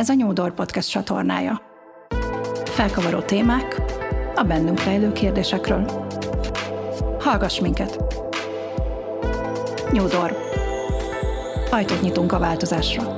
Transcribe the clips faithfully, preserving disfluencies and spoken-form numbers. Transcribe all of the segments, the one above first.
Ez a New Door Podcast csatornája. Felkavaró témák a bennünk rejlő kérdésekről. Hallgass minket! New Door. Ajtót nyitunk a változásra.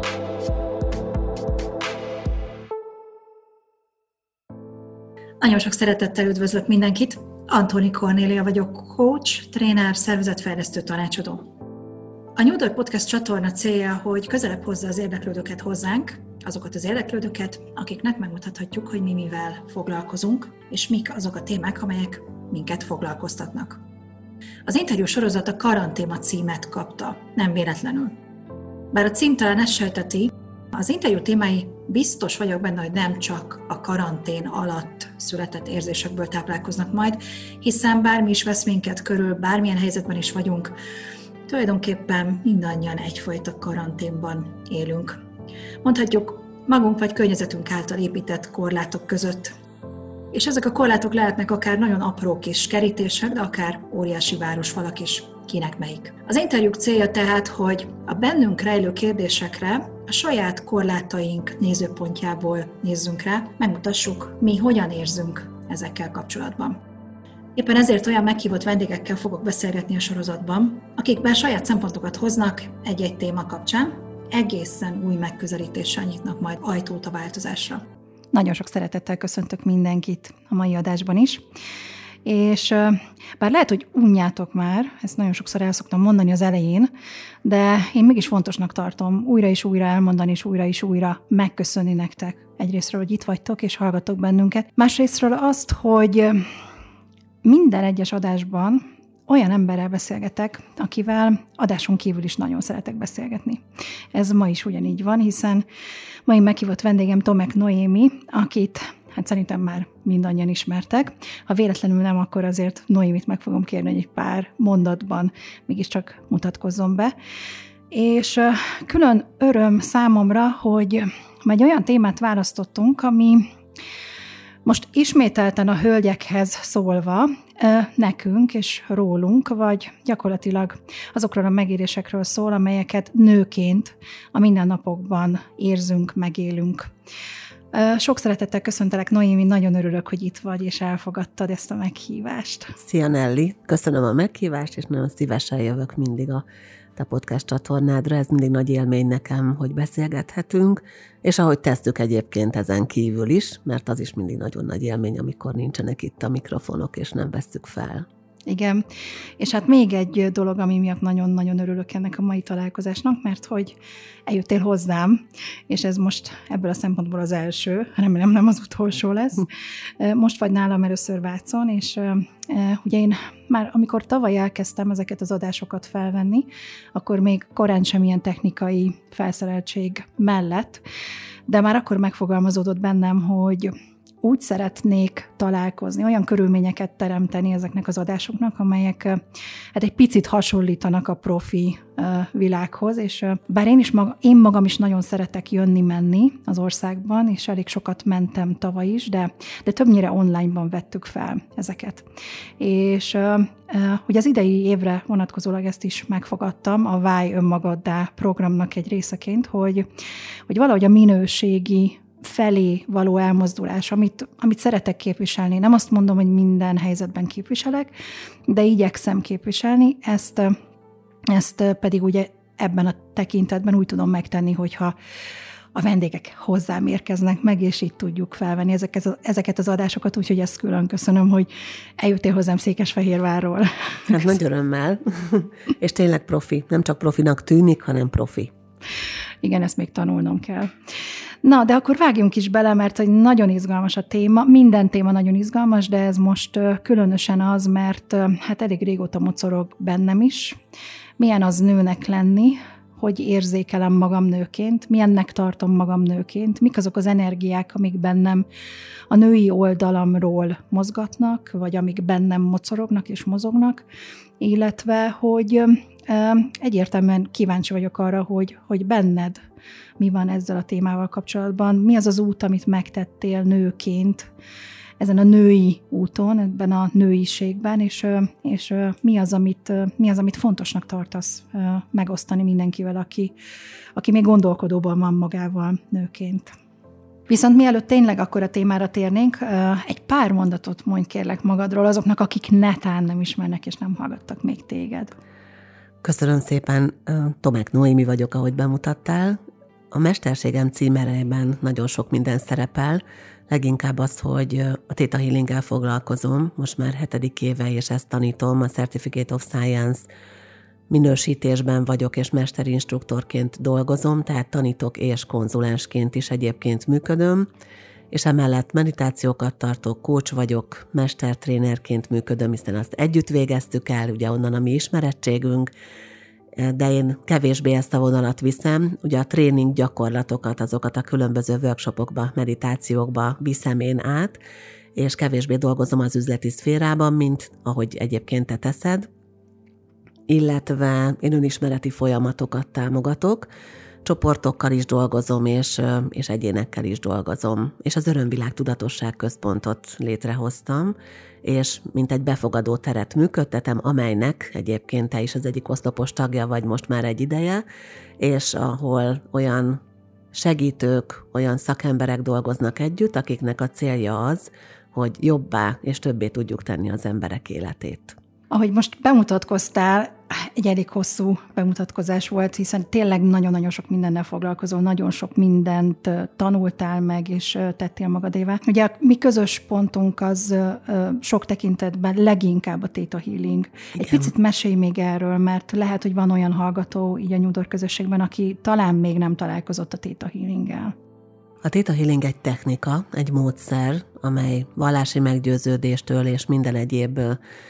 Nagyon sok szeretettel üdvözlök mindenkit. Antoni Kornélia vagyok, coach, tréner, szervezetfejlesztő tanácsadó. A New Door Podcast csatorna célja, hogy közelebb hozza az érdeklődőket hozzánk, azokat az érdeklődőket, akiknek megmutathatjuk, hogy mi mivel foglalkozunk, és mik azok a témák, amelyek minket foglalkoztatnak. Az interjú sorozat a Karantéma címet kapta, nem véletlenül. Bár a cím talán ezt sejteti, az interjú témái biztos vagyok benne, hogy nem csak a karantén alatt született érzésekből táplálkoznak majd, hiszen bármi is vesz minket körül, bármilyen helyzetben is vagyunk, tulajdonképpen mindannyian egyfajta karanténban élünk. Mondhatjuk, magunk vagy környezetünk által épített korlátok között. És ezek a korlátok lehetnek akár nagyon apró kis kerítések, de akár óriási városfalak is, kinek melyik. Az interjúk célja tehát, hogy a bennünk rejlő kérdésekre a saját korlátaink nézőpontjából nézzünk rá, megmutassuk, mi hogyan érzünk ezekkel kapcsolatban. Éppen ezért olyan meghívott vendégekkel fogok beszélgetni a sorozatban, akik bár saját szempontokat hoznak egy-egy téma kapcsán, egészen új megközelítéssel nyitnak majd ajtót a változásra. Nagyon sok szeretettel köszöntök mindenkit a mai adásban is, és bár lehet, hogy unjátok már, ezt nagyon sokszor el szoktam mondani az elején, de én mégis fontosnak tartom újra és újra elmondani, és újra és újra megköszönni nektek. Egyrészről, hogy itt vagytok és hallgatok bennünket. Másrészről azt, hogy minden egyes adásban olyan emberrel beszélgetek, akivel adáson kívül is nagyon szeretek beszélgetni. Ez ma is ugyanígy van, hiszen mai meghívott vendégem Tomek Noémi, akit hát szerintem már mindannyian ismertek. Ha véletlenül nem, akkor azért Noémit meg fogom kérni, hogy egy pár mondatban mégiscsak mutatkozzon be. És külön öröm számomra, hogy egy olyan témát választottunk, ami most ismételten a hölgyekhez szólva, nekünk és rólunk, vagy gyakorlatilag azokról a megélésekről szól, amelyeket nőként a mindennapokban érzünk, megélünk. Sok szeretettel köszöntelek, Noémi, nagyon örülök, hogy itt vagy, és elfogadtad ezt a meghívást. Szia, Nelly! Köszönöm a meghívást, és nagyon szívesen jövök mindig a te podcast csatornádra. Ez mindig nagy élmény nekem, hogy beszélgethetünk, és ahogy tesszük egyébként ezen kívül is, mert az is mindig nagyon nagy élmény, amikor nincsenek itt a mikrofonok, és nem vesszük fel. Igen, és hát még egy dolog, ami miatt nagyon-nagyon örülök ennek a mai találkozásnak, mert hogy eljöttél hozzám, és ez most ebből a szempontból az első, remélem nem az utolsó lesz. Most vagy nálam először Vácon, és ugye én már amikor tavaly elkezdtem ezeket az adásokat felvenni, akkor még korán sem ilyen technikai felszereltség mellett, de már akkor megfogalmazódott bennem, hogy úgy szeretnék találkozni, olyan körülményeket teremteni ezeknek az adásoknak, amelyek hát egy picit hasonlítanak a profi világhoz, és bár én, is maga, én magam is nagyon szeretek jönni-menni az országban, és elég sokat mentem tavaly is, de, de többnyire online-ban vettük fel ezeket. És hogy az idei évre vonatkozólag ezt is megfogadtam, a Válj önmagaddá programnak egy részeként, hogy, hogy valahogy a minőségi felé való elmozdulás, amit, amit szeretek képviselni. Nem azt mondom, hogy minden helyzetben képviselek, de igyekszem képviselni, ezt, ezt pedig ugye ebben a tekintetben úgy tudom megtenni, hogyha a vendégek hozzám érkeznek meg, és így tudjuk felvenni ezeket, ezeket az adásokat, úgyhogy ezt külön köszönöm, hogy eljöttél hozzám Székesfehérvárról. Hát nagy örömmel, és tényleg profi, nem csak profinak tűnik, hanem profi. Igen, ezt még tanulnom kell. Na, de akkor vágjunk is bele, mert hogy nagyon izgalmas a téma. Minden téma nagyon izgalmas, de ez most különösen az, mert hát elég régóta mocorog bennem is. Milyen az nőnek lenni, hogy érzékelem magam nőként, milyennek tartom magam nőként, mik azok az energiák, amik bennem a női oldalamról mozgatnak, vagy amik bennem mocorognak és mozognak, illetve, hogy egyértelműen kíváncsi vagyok arra, hogy, hogy benned mi van ezzel a témával kapcsolatban, mi az az út, amit megtettél nőként ezen a női úton, ebben a nőiségben, és, és mi, az, amit, mi az, amit fontosnak tartasz megosztani mindenkivel, aki, aki még gondolkodóban van magával nőként. Viszont mielőtt tényleg akkor a témára térnénk, egy pár mondatot mondj kérlek magadról azoknak, akik netán nem ismernek és nem hallgattak még téged. Köszönöm szépen, Tomek Noémi vagyok, ahogy bemutattál. A Mesterségem címerében nagyon sok minden szerepel, leginkább az, hogy a Theta Healinggel foglalkozom, most már hetedik éve, és ezt tanítom, a Certificate of Science minősítésben vagyok, és mesterinstruktorként dolgozom, tehát tanítok és konzulensként is egyébként működöm, és emellett meditációkat tartok, coach vagyok, mestertrénerként működöm, hiszen azt együtt végeztük el, ugye onnan a mi ismerettségünk, de én kevésbé ezt a vonalat viszem, ugye a tréning gyakorlatokat, azokat a különböző workshopokba, meditációkba viszem én át, és kevésbé dolgozom az üzleti szférában, mint ahogy egyébként te teszed, illetve én önismereti folyamatokat támogatok, csoportokkal is dolgozom, és, és egyénekkel is dolgozom. És az Örömvilág Tudatosság Központot létrehoztam, és mint egy befogadó teret működtetem, amelynek egyébként te is az egyik oszlopos tagja vagy most már egy ideje, és ahol olyan segítők, olyan szakemberek dolgoznak együtt, akiknek a célja az, hogy jobbá és többé tudjuk tenni az emberek életét. Ahogy most bemutatkoztál, egy elég hosszú bemutatkozás volt, hiszen tényleg nagyon-nagyon sok mindennel foglalkozol, nagyon sok mindent tanultál meg, és tettél magadévá. Ugye a mi közös pontunk az sok tekintetben leginkább a Theta Healing. Igen. Egy picit mesélj még erről, mert lehet, hogy van olyan hallgató így a New Door közösségben, aki talán még nem találkozott a Theta Healinggel. A Theta Healing egy technika, egy módszer, amely vallási meggyőződéstől és minden egyéb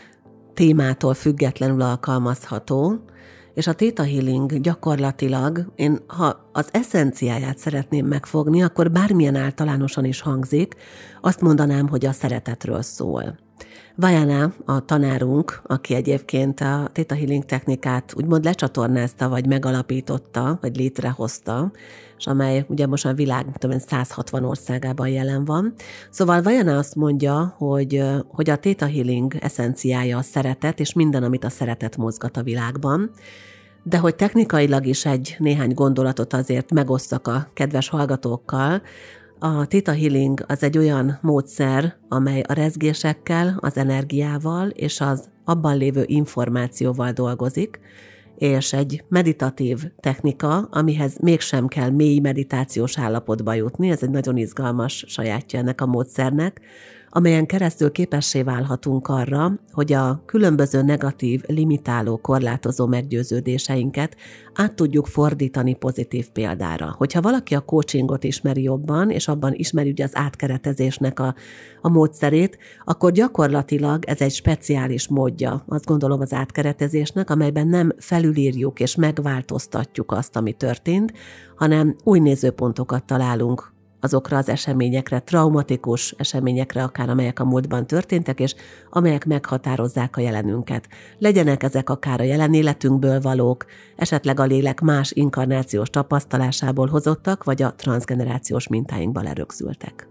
témától függetlenül alkalmazható, és a Theta Healing gyakorlatilag, én ha az eszenciáját szeretném megfogni, akkor bármilyen általánosan is hangzik, azt mondanám, hogy a szeretetről szól. Vajana, a tanárunk, aki egyébként a Theta Healing technikát úgymond lecsatornázta, vagy megalapította, vagy létrehozta, és amely ugye most a világ tudom, száz hatvan országában jelen van. Szóval Vajana azt mondja, hogy, hogy a Theta Healing eszenciája a szeretet, és minden, amit a szeretet mozgat a világban, de hogy technikailag is egy néhány gondolatot azért megosszak a kedves hallgatókkal. A Theta Healing az egy olyan módszer, amely a rezgésekkel, az energiával és az abban lévő információval dolgozik, és egy meditatív technika, amihez mégsem kell mély meditációs állapotba jutni, ez egy nagyon izgalmas sajátja ennek a módszernek, amelyen keresztül képessé válhatunk arra, hogy a különböző negatív, limitáló, korlátozó meggyőződéseinket át tudjuk fordítani pozitív példára. Hogyha valaki a coachingot ismeri jobban, és abban ismeri ugye az átkeretezésnek a, a módszerét, akkor gyakorlatilag ez egy speciális módja, azt gondolom az átkeretezésnek, amelyben nem felülírjuk és megváltoztatjuk azt, ami történt, hanem új nézőpontokat találunk azokra az eseményekre, traumatikus eseményekre akár, amelyek a múltban történtek, és amelyek meghatározzák a jelenünket. Legyenek ezek akár a jelen életünkből valók, esetleg a lélek más inkarnációs tapasztalásából hozottak, vagy a transzgenerációs mintáinkba lerögzültek.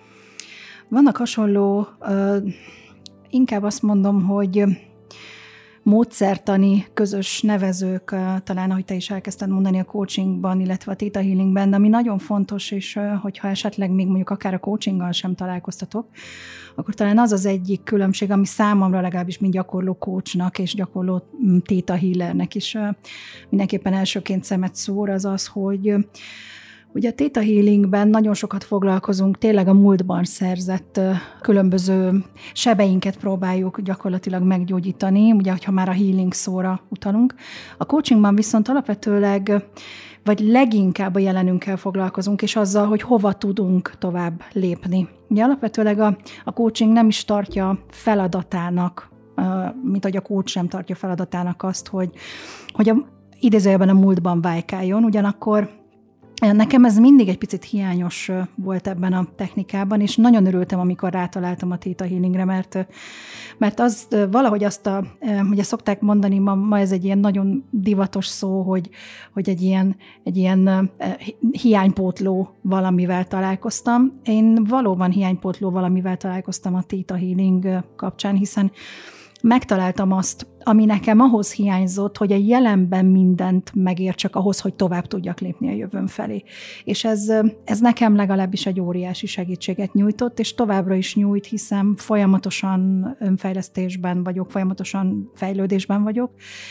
Vannak hasonló, inkább azt mondom, hogy módszertani közös nevezők, talán ahogy te is elkezdted mondani a coachingban, illetve a Theta Healingben, de ami nagyon fontos, és hogyha esetleg még mondjuk akár a coachinggal sem találkoztatok, akkor talán az az egyik különbség, ami számomra legalábbis mint gyakorló coachnak és gyakorló Theta Healernek is mindenképpen elsőként szemet szór, az az, hogy ugye a Theta Healingben nagyon sokat foglalkozunk, tényleg a múltban szerzett különböző sebeinket próbáljuk gyakorlatilag meggyógyítani, ugye, hogyha már a healing szóra utalunk. A coachingban viszont alapvetőleg, vagy leginkább a jelenünkkel foglalkozunk, és azzal, hogy hova tudunk tovább lépni. Ugye alapvetőleg a, a coaching nem is tartja feladatának, mint ahogy a coach sem tartja feladatának azt, hogy, hogy a, idézőjelben a múltban vájkáljon, ugyanakkor Nekem ez mindig egy picit hiányos volt ebben a technikában, és nagyon örültem, amikor rátaláltam a Theta Healingre, mert, mert az valahogy azt a, ugye szokták mondani, ma, ma ez egy ilyen nagyon divatos szó, hogy, hogy egy ilyen, egy ilyen hiánypótló valamivel találkoztam. Én valóban hiánypótló valamivel találkoztam a Theta Healing kapcsán, hiszen megtaláltam azt, ami nekem ahhoz hiányzott, hogy a jelenben mindent megértsek ahhoz, hogy tovább tudjak lépni a jövőm felé. És ez, ez nekem legalábbis egy óriási segítséget nyújtott, és továbbra is nyújt, hiszen folyamatosan önfejlesztésben vagyok, folyamatosan fejlődésben vagyok,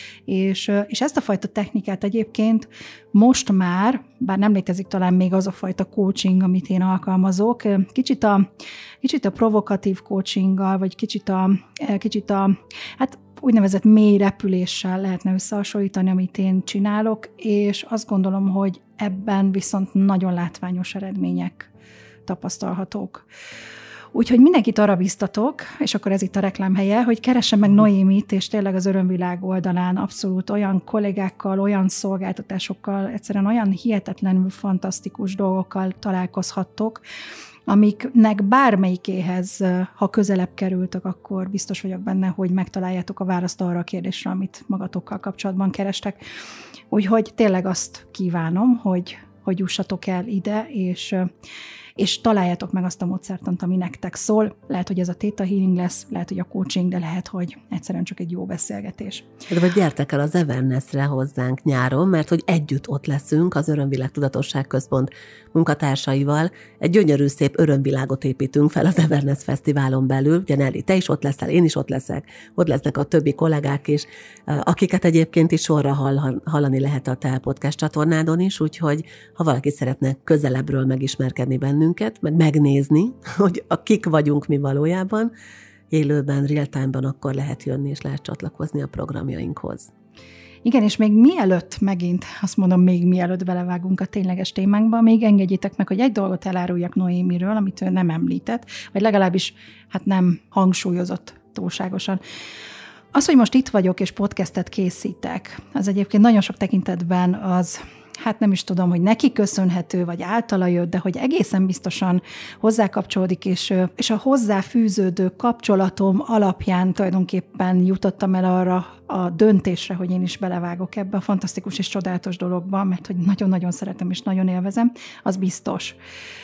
és, és ezt a fajta technikát egyébként most már, bár nem létezik talán még az a fajta coaching, amit én alkalmazok, kicsit a, kicsit a provokatív coachinggal, vagy kicsit a, kicsit a hát úgynevezett mély repüléssel lehetne összehasonlítani, amit én csinálok, és azt gondolom, hogy ebben viszont nagyon látványos eredmények tapasztalhatók. Úgyhogy mindenkit arra biztatok, és akkor ez itt a reklámhelye, hogy keressen meg Noémit, és tényleg az Örömvilág oldalán abszolút olyan kollégákkal, olyan szolgáltatásokkal, egyszerűen olyan hihetetlenül fantasztikus dolgokkal találkozhattok, amiknek bármelyikéhez, ha közelebb kerültök, akkor biztos vagyok benne, hogy megtaláljátok a választ arra a kérdésre, amit magatokkal kapcsolatban kerestek. Úgyhogy tényleg azt kívánom, hogy, hogy jussatok el ide, és, és találjátok meg azt a módszertant, ami nektek szól. Lehet, hogy ez a Theta Healing lesz, lehet, hogy a coaching, de lehet, hogy egyszerűen csak egy jó beszélgetés. De vagy gyertek el az Evernessre hozzánk nyáron, mert hogy együtt ott leszünk az Örömvilág Tudatosság Központ munkatársaival. Egy gyönyörű szép örömvilágot építünk fel az Everness Fesztiválon belül. Ugye Nelly, te is ott leszel, én is ott leszek, ott lesznek a többi kollégák is, akiket egyébként is sorra hall, hallani lehet a te podcast csatornádon is, úgyhogy ha valaki szeretne közelebbről megismerkedni bennünket, meg megnézni, hogy a kik vagyunk mi valójában, élőben, real-time-ban, akkor lehet jönni és lehet csatlakozni a programjainkhoz. Igen, és még mielőtt megint, azt mondom, még mielőtt belevágunk a tényleges témánkba, még engedjétek meg, hogy egy dolgot eláruljak Noémiről, amit ő nem említett, vagy legalábbis hát nem hangsúlyozott túlságosan. Az, hogy most itt vagyok és podcastet készítek, az egyébként nagyon sok tekintetben az, hát nem is tudom, hogy neki köszönhető, vagy általa jött, de hogy egészen biztosan hozzákapcsolódik, és, és a hozzáfűződő kapcsolatom alapján tulajdonképpen jutottam el arra a döntésre, hogy én is belevágok ebbe a fantasztikus és csodálatos dologba, mert hogy nagyon-nagyon szeretem és nagyon élvezem, az biztos.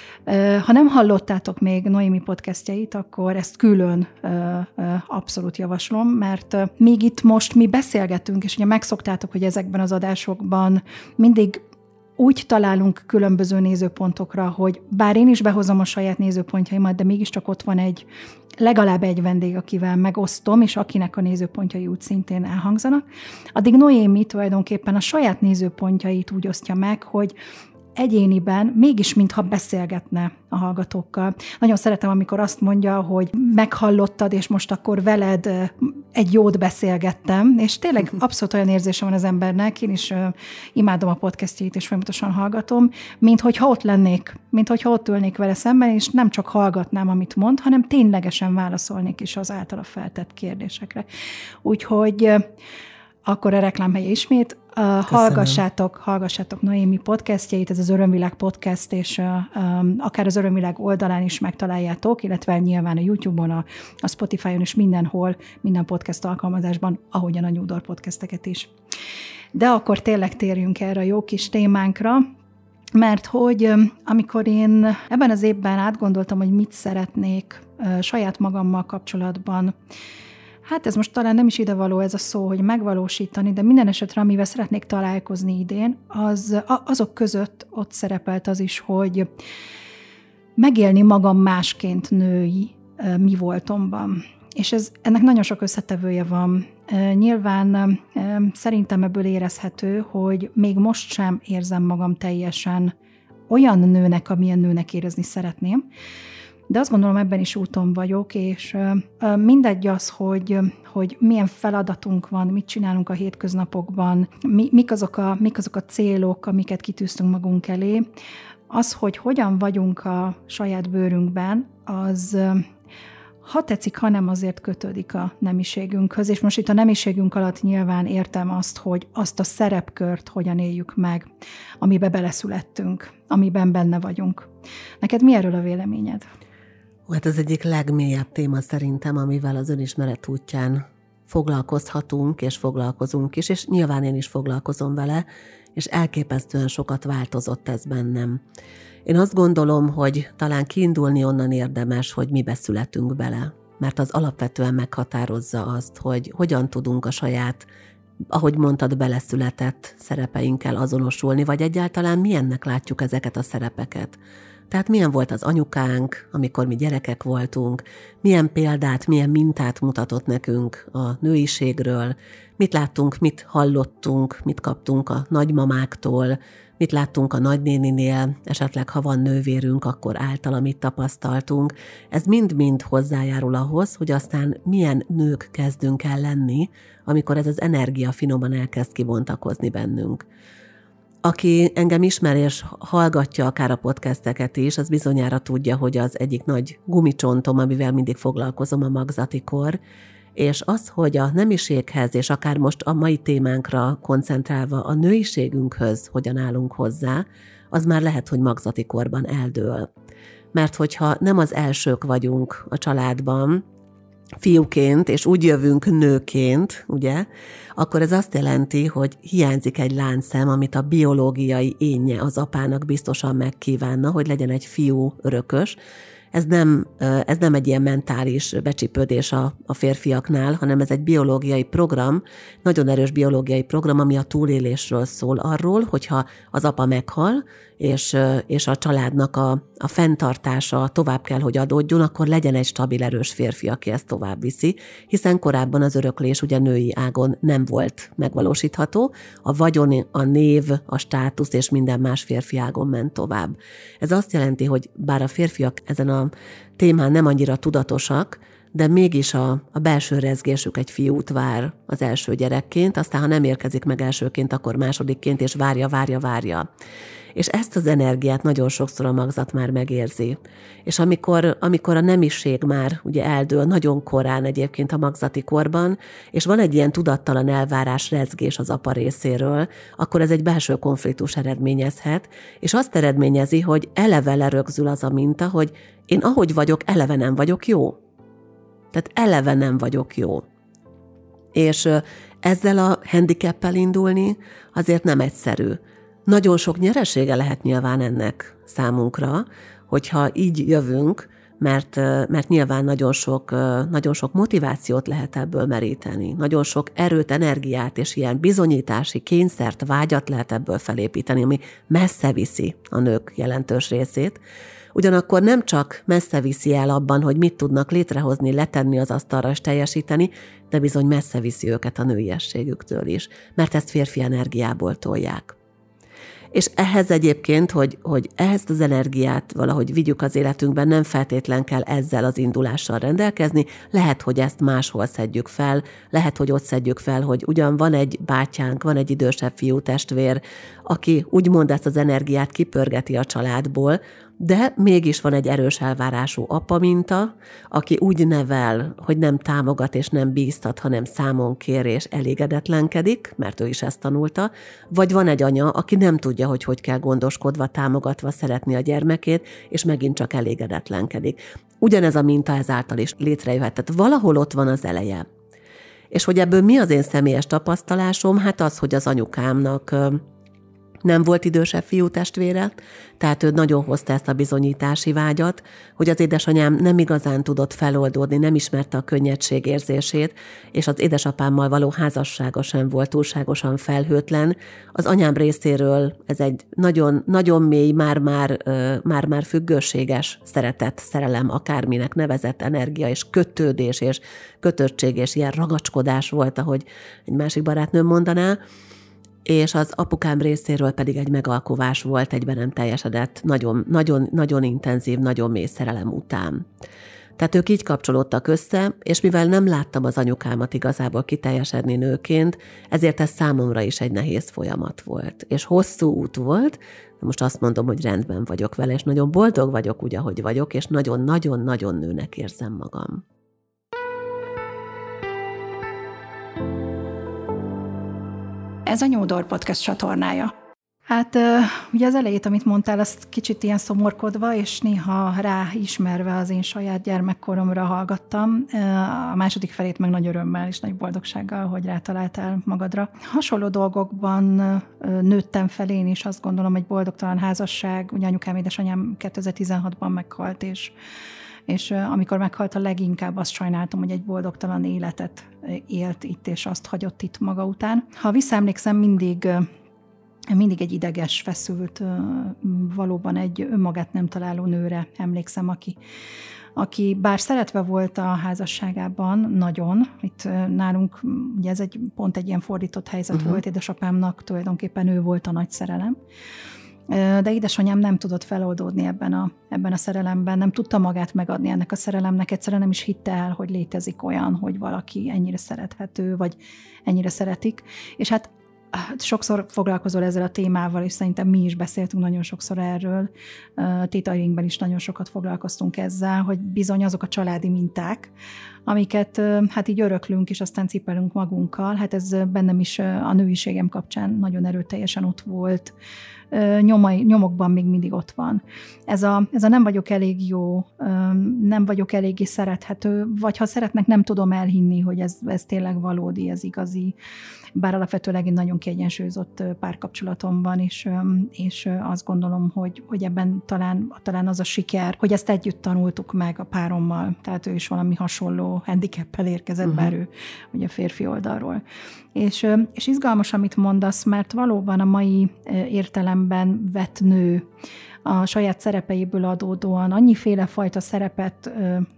Ha nem hallottátok még Noémi podcastjait, akkor ezt külön abszolút javaslom, mert még itt most mi beszélgetünk, és ugye megszoktátok, hogy ezekben az adásokban mindig úgy találunk különböző nézőpontokra, hogy bár én is behozom a saját nézőpontjaimat, de mégiscsak ott van egy, legalább egy vendég, akivel megosztom, és akinek a nézőpontjai úgy szintén elhangzanak. Addig Noémi tulajdonképpen a saját nézőpontjait úgy osztja meg, hogy egyéniben mégis mintha beszélgetne a hallgatókkal. Nagyon szeretem, amikor azt mondja, hogy meghallottad, és most akkor veled egy jót beszélgettem, és tényleg abszolút olyan érzése van az embernek, én is imádom a podcastjait, és folyamatosan hallgatom, mint hogyha ott lennék, mint hogyha ott ülnék vele szemben, és nem csak hallgatnám, amit mond, hanem ténylegesen válaszolnék is az általa feltett kérdésekre. Úgyhogy akkor a reklámhelye ismét. Uh, hallgassátok, hallgassátok Noémi podcastjait, ez az Örömvilág podcast, és uh, um, akár az Örömvilág oldalán is megtaláljátok, illetve nyilván a YouTube-on, a, a Spotify-on és mindenhol, minden podcast alkalmazásban, ahogyan a New Door podcasteket is. De akkor tényleg térjünk erre a jó kis témánkra, mert hogy um, amikor én ebben az évben átgondoltam, hogy mit szeretnék uh, saját magammal kapcsolatban, hát ez most talán nem is idevaló ez a szó, hogy megvalósítani, de minden esetre, amivel szeretnék találkozni idén, az, azok között ott szerepelt az is, hogy megélni magam másként női mi voltomban. És ez, ennek nagyon sok összetevője van. Nyilván szerintem ebből érezhető, hogy még most sem érzem magam teljesen olyan nőnek, amilyen nőnek érezni szeretném, de azt gondolom, ebben is úton vagyok, és mindegy az, hogy, hogy milyen feladatunk van, mit csinálunk a hétköznapokban, mi, mik, azok a, mik azok a célok, amiket kitűztünk magunk elé. Az, hogy hogyan vagyunk a saját bőrünkben, az, ha tetszik, ha nem, azért kötődik a nemiségünkhöz, és most itt a nemiségünk alatt nyilván értem azt, hogy azt a szerepkört hogyan éljük meg, amiben beleszülettünk, amiben benne vagyunk. Neked mi erről a véleményed? Hát ez egyik legmélyebb téma szerintem, amivel az önismeret útján foglalkozhatunk, és foglalkozunk is, és nyilván én is foglalkozom vele, és elképesztően sokat változott ez bennem. Én azt gondolom, hogy talán kiindulni onnan érdemes, hogy mibe születünk bele, mert az alapvetően meghatározza azt, hogy hogyan tudunk a saját, ahogy mondtad, beleszületett szerepeinkkel azonosulni, vagy egyáltalán milyennek látjuk ezeket a szerepeket. Tehát milyen volt az anyukánk, amikor mi gyerekek voltunk, milyen példát, milyen mintát mutatott nekünk a nőiségről, mit láttunk, mit hallottunk, mit kaptunk a nagymamáktól, mit láttunk a nagynéninél, esetleg ha van nővérünk, akkor általa mit tapasztaltunk. Ez mind-mind hozzájárul ahhoz, hogy aztán milyen nők kezdünk el lenni, amikor ez az energia finoman elkezd kibontakozni bennünk. Aki engem ismer és hallgatja akár a podcasteket is, az bizonyára tudja, hogy az egyik nagy gumicsontom, amivel mindig foglalkozom, a magzati kor, és az, hogy a nemiséghez, és akár most a mai témánkra koncentrálva a nőiségünkhöz hogyan állunk hozzá, az már lehet, hogy magzati korban eldől. Mert hogyha nem az elsők vagyunk a családban, fiúként, és úgy jövünk nőként, ugye, akkor ez azt jelenti, hogy hiányzik egy láncszem, amit a biológiai énje az apának biztosan megkívánna, hogy legyen egy fiú örökös. Ez nem, ez nem egy ilyen mentális becsípődés a, a férfiaknál, hanem ez egy biológiai program, nagyon erős biológiai program, ami a túlélésről szól, arról, hogyha az apa meghal, és, és a családnak a, a fenntartása tovább kell, hogy adódjon, akkor legyen egy stabil, erős férfi, aki ezt tovább viszi, hiszen korábban az öröklés ugye női ágon nem volt megvalósítható, a vagyon, a név, a státusz és minden más férfi ágon ment tovább. Ez azt jelenti, hogy bár a férfiak ezen a témán nem annyira tudatosak, de mégis a, a belső rezgésük egy fiút vár az első gyerekként, aztán ha nem érkezik meg elsőként, akkor másodikként, és várja, várja, várja. És ezt az energiát nagyon sokszor a magzat már megérzi. És amikor, amikor a nemiség már ugye eldől nagyon korán egyébként a magzati korban, és van egy ilyen tudattalan elvárás, rezgés az apa részéről, akkor ez egy belső konfliktus eredményezhet, és azt eredményezi, hogy eleve lerögzül az a minta, hogy én ahogy vagyok, eleve nem vagyok jó. Tehát eleve nem vagyok jó. És ezzel a handicappel indulni azért nem egyszerű. Nagyon sok nyeresége lehet nyilván ennek számunkra, hogyha így jövünk, mert, mert nyilván nagyon sok, nagyon sok motivációt lehet ebből meríteni. Nagyon sok erőt, energiát és ilyen bizonyítási kényszert, vágyat lehet ebből felépíteni, ami messze viszi a nők jelentős részét. Ugyanakkor nem csak messze viszi el abban, hogy mit tudnak létrehozni, letenni az asztalra és teljesíteni, de bizony messze viszi őket a nőiességüktől is, mert ezt férfi energiából tolják. És ehhez egyébként, hogy, hogy ezt az energiát valahogy vigyük az életünkben, nem feltétlen kell ezzel az indulással rendelkezni, lehet, hogy ezt máshol szedjük fel, lehet, hogy ott szedjük fel, hogy ugyan van egy bátyánk, van egy idősebb fiú testvér, aki úgymond ezt az energiát kipörgeti a családból, de mégis van egy erős elvárású apa minta, aki úgy nevel, hogy nem támogat és nem bíztat, hanem számon kér és elégedetlenkedik, mert ő is ezt tanulta, vagy van egy anya, aki nem tudja, hogy hogy kell gondoskodva, támogatva szeretni a gyermekét, és megint csak elégedetlenkedik. Ugyanez a minta ezáltal is létrejöhet, tehát valahol ott van az eleje. És hogy ebből mi az én személyes tapasztalásom? Hát az, hogy az anyukámnak nem volt idősebb fiú testvére, tehát ő nagyon hozta ezt a bizonyítási vágyat, hogy az édesanyám nem igazán tudott feloldódni, nem ismerte a könnyedség érzését, és az édesapámmal való házassága sem volt túlságosan felhőtlen. Az anyám részéről ez egy nagyon, nagyon mély, már-már, már-már függőséges szeretet, szerelem, akárminek nevezett energia, és kötődés, és kötöttség, és ilyen ragacskodás volt, ahogy egy másik barátnőm mondaná, és az apukám részéről pedig egy megalkovás volt, egyben nem teljesedett, nagyon, nagyon, nagyon intenzív, nagyon mély szerelem után. Tehát ők így kapcsolódtak össze, és mivel nem láttam az anyukámat igazából kiteljesedni nőként, ezért ez számomra is egy nehéz folyamat volt. És hosszú út volt, de most azt mondom, hogy rendben vagyok vele, és nagyon boldog vagyok úgy, ahogy vagyok, és nagyon-nagyon-nagyon nőnek érzem magam. Ez a New Door Podcast csatornája. Hát ugye az elejét, amit mondtál, azt kicsit ilyen szomorkodva, és néha ráismerve az én saját gyermekkoromra hallgattam. A második felét meg nagy örömmel és nagy boldogsággal, hogy rátaláltál magadra. Hasonló dolgokban nőttem fel én is, azt gondolom, egy boldogtalan házasság. Ugye anyukám, édesanyám kétezer-tizenhatban meghalt, és és amikor meghalt, a leginkább azt sajnáltam, hogy egy boldogtalan életet élt itt, és azt hagyott itt maga után. Ha visszaemlékszem, mindig, mindig egy ideges, feszült, valóban egy önmagát nem találó nőre emlékszem, aki, aki bár szeretve volt a házasságában, nagyon, itt nálunk, ugye ez egy pont egy ilyen fordított helyzet uh-huh. volt, édesapámnak tulajdonképpen ő volt a nagy szerelem, de édesanyám nem tudott feloldódni ebben a, ebben a szerelemben, nem tudta magát megadni ennek a szerelemnek, egyszerűen nem is hitte el, hogy létezik olyan, hogy valaki ennyire szerethető, vagy ennyire szeretik. És hát sokszor foglalkozol ezzel a témával, és szerintem mi is beszéltünk nagyon sokszor erről. Tétainkben is nagyon sokat foglalkoztunk ezzel, hogy bizony azok a családi minták, amiket hát így öröklünk, és aztán cipelünk magunkkal. Hát ez bennem is a nőiségem kapcsán nagyon erőteljesen ott volt. Nyomai, nyomokban még mindig ott van. Ez a, ez a nem vagyok elég jó, nem vagyok eléggé szerethető, vagy ha szeretnek, nem tudom elhinni, hogy ez, ez tényleg valódi, ez igazi. Bár alapvetőleg egy nagyon kiegyensúlyozott párkapcsolatom van, és, és azt gondolom, hogy, hogy ebben talán, talán az a siker, hogy ezt együtt tanultuk meg a párommal, tehát ő is valami hasonló handicappel érkezett, uh-huh. bár ő ugye férfi oldalról. És, és izgalmas, amit mondasz, mert valóban a mai értelemben vett nő a saját szerepeiből adódóan annyiféle fajta szerepet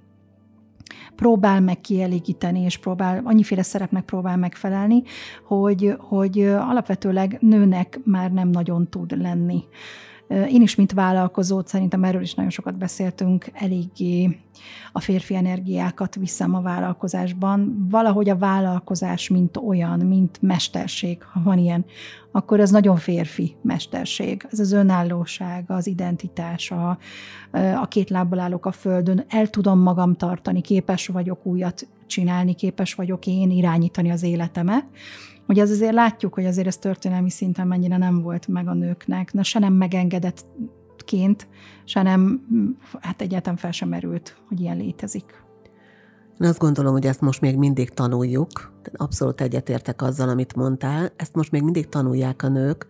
próbál meg kielégíteni, és próbál, annyiféle szerepnek próbál megfelelni, hogy, hogy alapvetőleg nőnek már nem nagyon tud lenni. Én is, mint vállalkozót, szerintem erről is nagyon sokat beszéltünk, eléggé a férfi energiákat viszem a vállalkozásban. Valahogy a vállalkozás, mint olyan, mint mesterség, ha van ilyen, akkor ez nagyon férfi mesterség. Ez az önállóság, az identitás, a, a két lábbal állok a földön, el tudom magam tartani, képes vagyok újat csinálni, képes vagyok én irányítani az életemet. Ugye az azért látjuk, hogy azért ez történelmi szinten mennyire nem volt meg a nőknek, na se nem megengedettként, se nem, hát egyáltalán fel sem merült, hogy ilyen létezik. Én azt gondolom, hogy ezt most még mindig tanuljuk, abszolút egyetértek azzal, amit mondtál, ezt most még mindig tanulják a nők,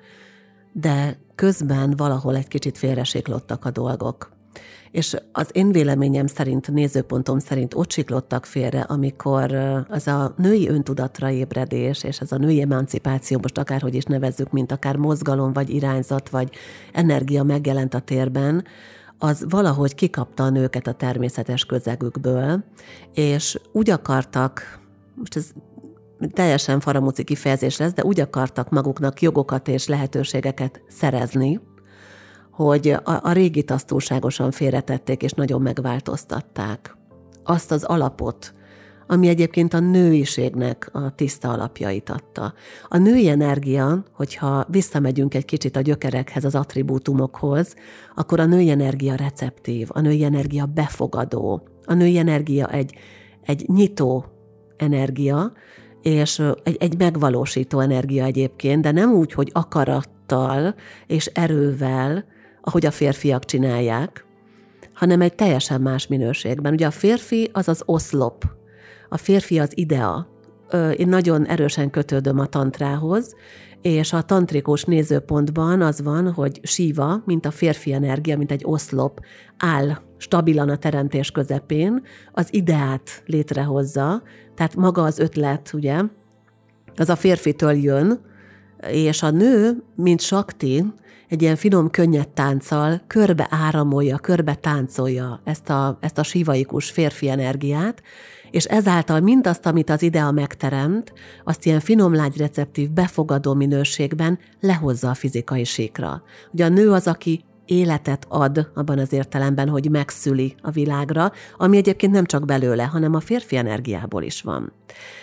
de közben valahol egy kicsit félresiklottak a dolgok. És az én véleményem szerint, nézőpontom szerint ott siklottak félre, amikor az a női öntudatra ébredés, és ez a női emancipáció, most akárhogy is nevezzük, mint akár mozgalom, vagy irányzat, vagy energia megjelent a térben, az valahogy kikapta a nőket a természetes közegükből, és úgy akartak, most ez teljesen faramúci kifejezés lesz, de úgy akartak maguknak jogokat és lehetőségeket szerezni, hogy a, a régit azt túlságosan félretették, és nagyon megváltoztatták. Azt az alapot, ami egyébként a nőiségnek a tiszta alapjait adta. A női energia, hogyha visszamegyünk egy kicsit a gyökerekhez, az attribútumokhoz, akkor a női energia receptív, a női energia befogadó, a női energia egy, egy nyitó energia, és egy, egy megvalósító energia egyébként, de nem úgy, hogy akarattal és erővel, ahogy a férfiak csinálják, hanem egy teljesen más minőségben. Ugye a férfi az az oszlop, a férfi az idea. Én nagyon erősen kötődöm a tantrához, és a tantrikus nézőpontban az van, hogy Siva, mint a férfi energia, mint egy oszlop, áll stabilan a teremtés közepén, az ideát létrehozza, tehát maga az ötlet, ugye, az a férfitől jön, és a nő, mint Sakti, egy ilyen finom, könnyed tánccal körbe áramolja, körbe táncolja ezt a, ezt a sivaikus férfi energiát, és ezáltal mindazt, amit az idea megteremt, azt ilyen finom, lágy, receptív, befogadó minőségben lehozza a fizikai síkra. Ugye a nő az, aki életet ad abban az értelemben, hogy megszüli a világra, ami egyébként nem csak belőle, hanem a férfi energiából is van.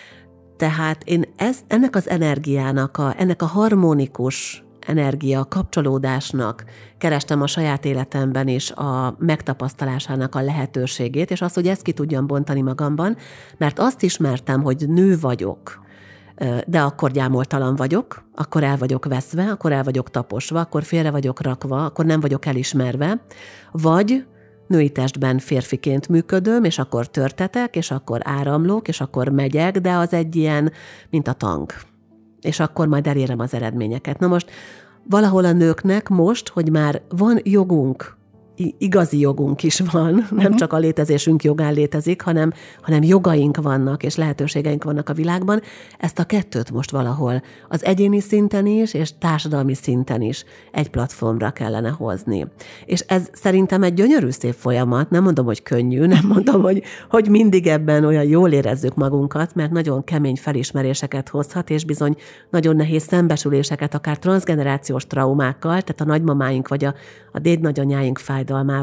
Tehát én ezt, ennek az energiának, a, ennek a harmonikus energia kapcsolódásnak kerestem a saját életemben is a megtapasztalásának a lehetőségét, és azt, hogy ezt ki tudjam bontani magamban, mert azt ismertem, hogy nő vagyok. de akkor gyámoltalan vagyok, akkor el vagyok veszve, akkor el vagyok taposva, akkor félre vagyok rakva, akkor nem vagyok elismerve, vagy női testben férfiként működöm, és akkor törtetek, és akkor áramlok, és akkor megyek, de az egy ilyen, mint a tank. És akkor majd elérem az eredményeket. Na most valahol a nőknek most, hogy már van jogunk, igazi jogunk is van, nem uh-huh. csak a létezésünk jogán létezik, hanem, hanem jogaink vannak, és lehetőségeink vannak a világban. Ezt a kettőt most valahol az egyéni szinten is, és társadalmi szinten is egy platformra kellene hozni. És ez szerintem egy gyönyörű szép folyamat, nem mondom, hogy könnyű, nem mondom, hogy, hogy mindig ebben olyan jól érezzük magunkat, mert nagyon kemény felismeréseket hozhat, és bizony nagyon nehéz szembesüléseket, akár transzgenerációs traumákkal, tehát a nagymamáink vagy a, a dédnagyanyáink fájdalmával,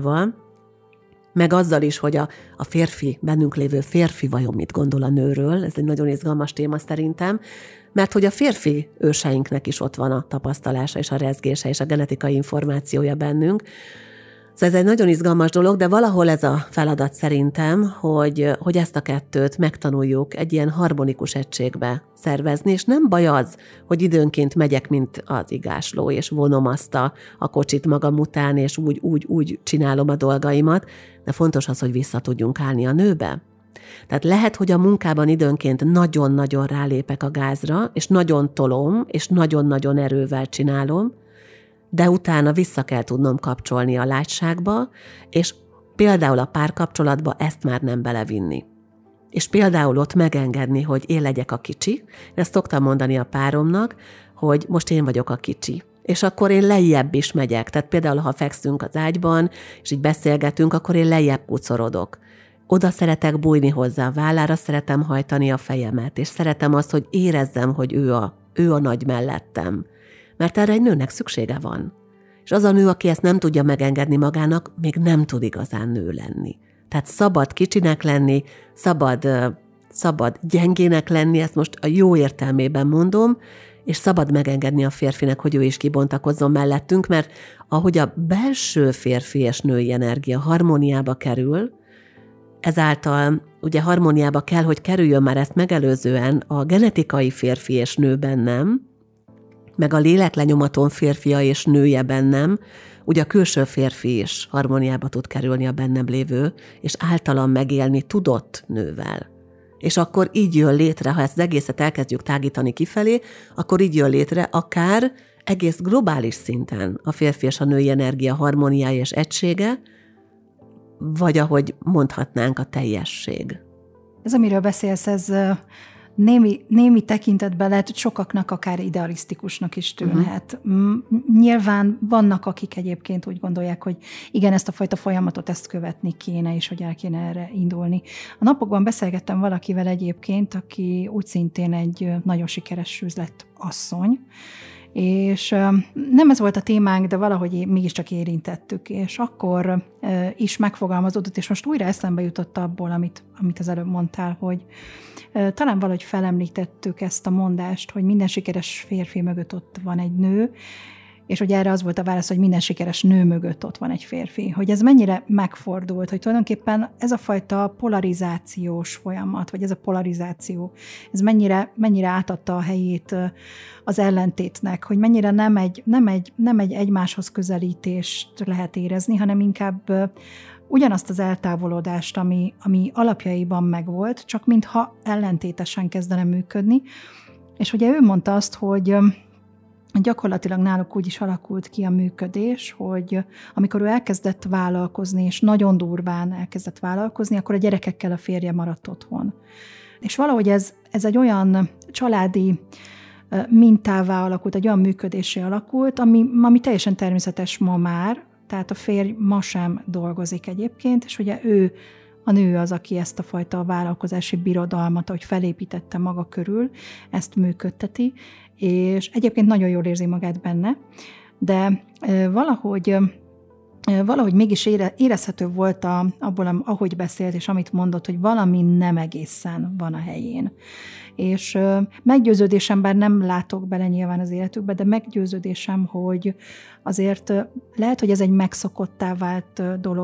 meg azzal is, hogy a, a férfi, bennünk lévő férfi vajon mit gondol a nőről, ez egy nagyon izgalmas téma szerintem, mert hogy a férfi őseinknek is ott van a tapasztalása és a rezgése és a genetikai információja bennünk. Szóval ez egy nagyon izgalmas dolog, de valahol ez a feladat szerintem, hogy, hogy ezt a kettőt megtanuljuk egy ilyen harmonikus egységbe szervezni, és nem baj az, hogy időnként megyek, mint az igásló, és vonom azt a, a kocsit magam után, és úgy, úgy, úgy csinálom a dolgaimat, de fontos az, hogy vissza tudjunk állni a nőbe. Tehát lehet, hogy a munkában időnként nagyon-nagyon rálépek a gázra, és nagyon tolom, és nagyon-nagyon erővel csinálom, de utána vissza kell tudnom kapcsolni a lágyságba, és például a párkapcsolatba ezt már nem belevinni. És például ott megengedni, hogy én legyek a kicsi. Én ezt szoktam mondani a páromnak, hogy most én vagyok a kicsi. És akkor én lejjebb is megyek. Tehát például, ha fekszünk az ágyban, és így beszélgetünk, akkor én lejjebb pucorodok. Oda szeretek bújni hozzá, a vállára szeretem hajtani a fejemet, és szeretem azt, hogy érezzem, hogy ő a, ő a nagy mellettem. Mert erre egy nőnek szüksége van. És az a nő, aki ezt nem tudja megengedni magának, még nem tud igazán nő lenni. Tehát szabad kicsinek lenni, szabad, szabad gyengének lenni, ezt most a jó értelmében mondom, és szabad megengedni a férfinek, hogy ő is kibontakozzon mellettünk, mert ahogy a belső férfi és női energia harmóniába kerül, ezáltal ugye harmóniába kell, hogy kerüljön már ezt megelőzően a genetikai férfi és nő bennem, meg a léleklenyomaton férfia és nője bennem, ugye a külső férfi is harmóniába tud kerülni a bennem lévő, és általam megélni tudott nővel. És akkor így jön létre, ha ezt az egészet elkezdjük tágítani kifelé, akkor így jön létre akár egész globális szinten a férfi és a női energia harmóniája és egysége, vagy ahogy mondhatnánk, a teljesség. Ez, amiről beszélsz, ez némi, némi tekintetben lehet, hogy sokaknak akár idealisztikusnak is tűnhet. Uh-huh. Nyilván vannak, akik egyébként úgy gondolják, hogy igen, ezt a fajta folyamatot ezt követni kéne, és hogy el kéne erre indulni. A napokban beszélgettem valakivel egyébként, aki úgy szintén egy nagyon sikeres üzletasszony, és nem ez volt a témánk, de valahogy mégiscsak érintettük, és akkor is megfogalmazódott, és most újra eszembe jutott abból, amit, amit az előbb mondtál, hogy talán valahogy felemlítettük ezt a mondást, hogy minden sikeres férfi mögött ott van egy nő, és hogy erre az volt a válasz, hogy minden sikeres nő mögött ott van egy férfi. Hogy ez mennyire megfordult, hogy tulajdonképpen ez a fajta polarizációs folyamat, vagy ez a polarizáció, ez mennyire, mennyire átadta a helyét az ellentétnek, hogy mennyire nem egy, nem egy, nem egy egymáshoz közelítést lehet érezni, hanem inkább ugyanazt az eltávolodást, ami, ami alapjaiban megvolt, csak mintha ellentétesen kezdene működni. És ugye ő mondta azt, hogy gyakorlatilag náluk úgy is alakult ki a működés, hogy amikor ő elkezdett vállalkozni, és nagyon durván elkezdett vállalkozni, akkor a gyerekekkel a férje maradt otthon. És valahogy ez, ez egy olyan családi mintává alakult, egy olyan működésé alakult, ami, ami teljesen természetes ma már, tehát a férj ma sem dolgozik egyébként, és ugye ő, a nő az, aki ezt a fajta vállalkozási birodalmat, ahogy felépítette maga körül, ezt működteti, és egyébként nagyon jól érzi magát benne, de valahogy, valahogy mégis érezhető volt a, abból, ahogy beszélt, és amit mondott, hogy valami nem egészen van a helyén. És meggyőződésem, bár nem látok bele nyilván az életükbe, de meggyőződésem, hogy azért lehet, hogy ez egy megszokottá vált dolog